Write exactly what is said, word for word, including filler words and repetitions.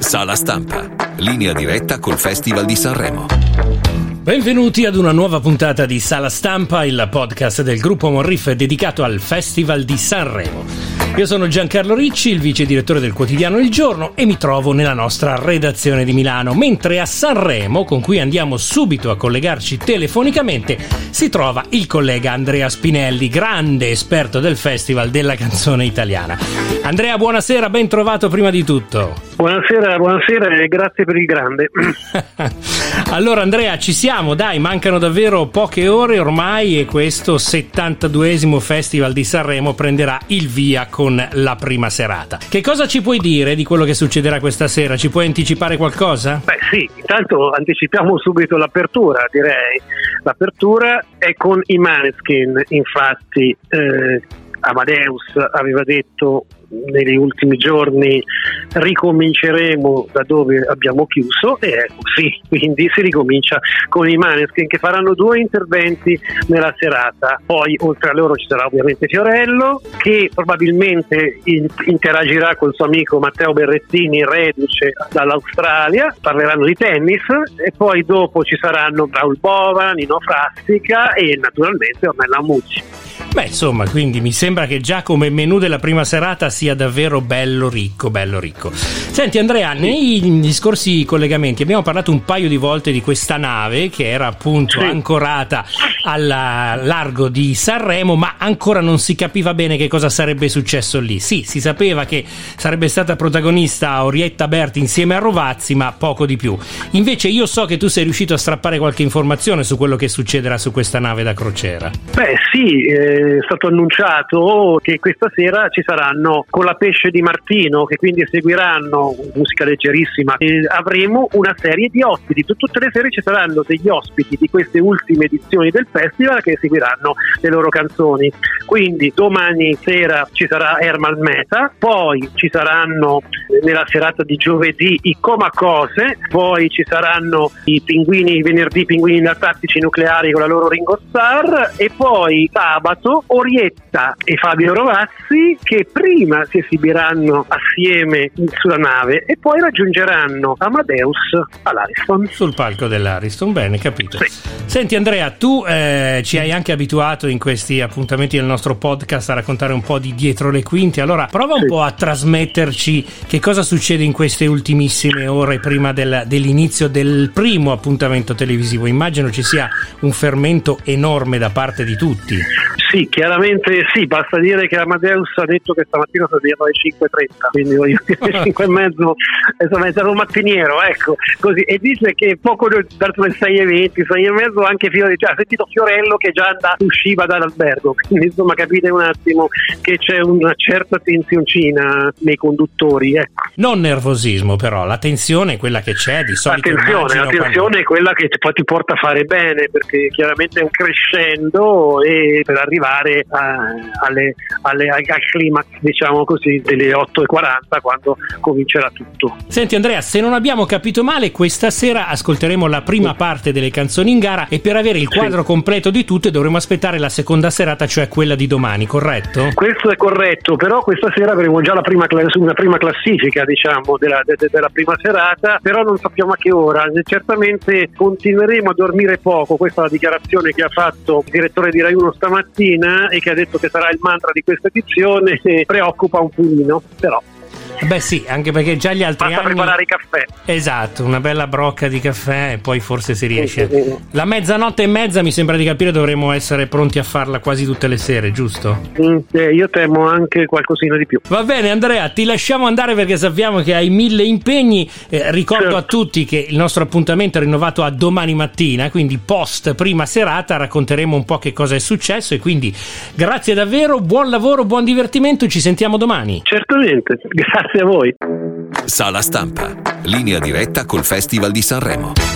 Sala Stampa, linea diretta col Festival di Sanremo. Benvenuti ad una nuova puntata di Sala Stampa, il podcast del gruppo Monriff dedicato al Festival di Sanremo. Io sono Giancarlo Ricci, il vice direttore del quotidiano Il Giorno, e mi trovo nella nostra redazione di Milano, mentre a Sanremo, con cui andiamo subito a collegarci telefonicamente, si trova il collega Andrea Spinelli, grande esperto del Festival della canzone italiana. Andrea, buonasera, ben trovato prima di tutto. Buonasera, buonasera e grazie per il grande. Allora Andrea, ci siamo, dai, mancano davvero poche ore ormai e questo settantaduesimo Festival di Sanremo prenderà il via con la prima serata. Che cosa ci puoi dire di quello che succederà questa sera? Ci puoi anticipare qualcosa? Beh sì, intanto anticipiamo subito l'apertura, direi. L'apertura è con i Måneskin, infatti eh, Amadeus aveva detto negli ultimi giorni ricominceremo da dove abbiamo chiuso, e è così, quindi si ricomincia con i Måneskin che faranno due interventi nella serata. Poi oltre a loro ci sarà ovviamente Fiorello, che probabilmente in- interagirà col suo amico Matteo Berrettini, reduce dall'Australia, parleranno di tennis, e poi dopo ci saranno Raoul Bova, Nino Frassica e naturalmente Ornella Mucci. Beh, insomma, quindi mi sembra che già come menù della prima serata sia davvero bello ricco, bello ricco. Senti Andrea, negli scorsi collegamenti abbiamo parlato un paio di volte di questa nave che era appunto sì. ancorata al largo di Sanremo, ma ancora non si capiva bene che cosa sarebbe successo lì. Sì, si sapeva che sarebbe stata protagonista Orietta Berti insieme a Rovazzi, ma poco di più. Invece io so che tu sei riuscito a strappare qualche informazione su quello che succederà su questa nave da crociera. Beh sì, eh... è stato annunciato che questa sera ci saranno Con la pesce di Martino, che quindi seguiranno musica leggerissima, e avremo una serie di ospiti. Tutte le sere ci saranno degli ospiti di queste ultime edizioni del festival che seguiranno le loro canzoni. Quindi domani sera ci sarà Ermal Meta, poi ci saranno nella serata di giovedì i Comacose, poi ci saranno i Pinguini venerdì, Pinguini da Tattici Nucleari con la loro Ringo Starr, e poi sabato Orietta e Fabio Rovazzi, che prima si esibiranno assieme sulla nave e poi raggiungeranno Amadeus all'Ariston. Sul palco dell'Ariston, bene, capito. Sì. Senti Andrea, tu eh, ci hai anche abituato in questi appuntamenti del nostro podcast a raccontare un po' di dietro le quinte, allora prova un sì. po' a trasmetterci che cosa succede in queste ultimissime ore prima del, dell'inizio del primo appuntamento televisivo. Immagino ci sia un fermento enorme da parte di tutti. Sì, chiaramente sì, basta dire che Amadeus ha detto che stamattina sono arrivato alle cinque e trenta, quindi voglio dire cinque e mezzo, insomma è stato un mattiniero, ecco, così, e dice che poco verso le sei e venti, sei e mezzo anche Fiorello, cioè, ha sentito Fiorello che già andava, usciva dall'albergo, quindi insomma capite un attimo che c'è una certa tensioncina nei conduttori, ecco. Non nervosismo però, la tensione è quella che c'è di solito. Attenzione, la tensione quando... è quella che poi ti porta a fare bene, perché chiaramente è un crescendo e per arrivare a, alle, alle, al climax, diciamo così, delle otto e quaranta, quando comincerà tutto. Senti Andrea, se non abbiamo capito male, questa sera ascolteremo la prima parte delle canzoni in gara, e per avere il quadro sì. completo di tutte dovremo aspettare la seconda serata, cioè quella di domani, corretto? Questo è corretto, però questa sera avremo già la prima, una prima classifica, diciamo, della, de, della prima serata, però non sappiamo a che ora. Certamente continueremo a dormire poco, questa è la dichiarazione che ha fatto il direttore di Rai uno stamattina, e che ha detto che sarà il mantra di questa edizione, e preoccupa un pochino, però beh sì, anche perché già gli altri basta anni... preparare i caffè. Esatto, una bella brocca di caffè e poi forse si riesce. Sì, sì, sì. La mezzanotte e mezza mi sembra di capire dovremmo essere pronti a farla quasi tutte le sere, giusto? Mm, eh, io temo anche qualcosina di più. Va bene Andrea, ti lasciamo andare perché sappiamo che hai mille impegni. Eh, ricordo certo. a tutti che il nostro appuntamento è rinnovato a domani mattina, quindi post prima serata racconteremo un po' che cosa è successo, e quindi grazie davvero, buon lavoro, buon divertimento, ci sentiamo domani. Certamente, grazie a voi. Sala Stampa, linea diretta col Festival di Sanremo.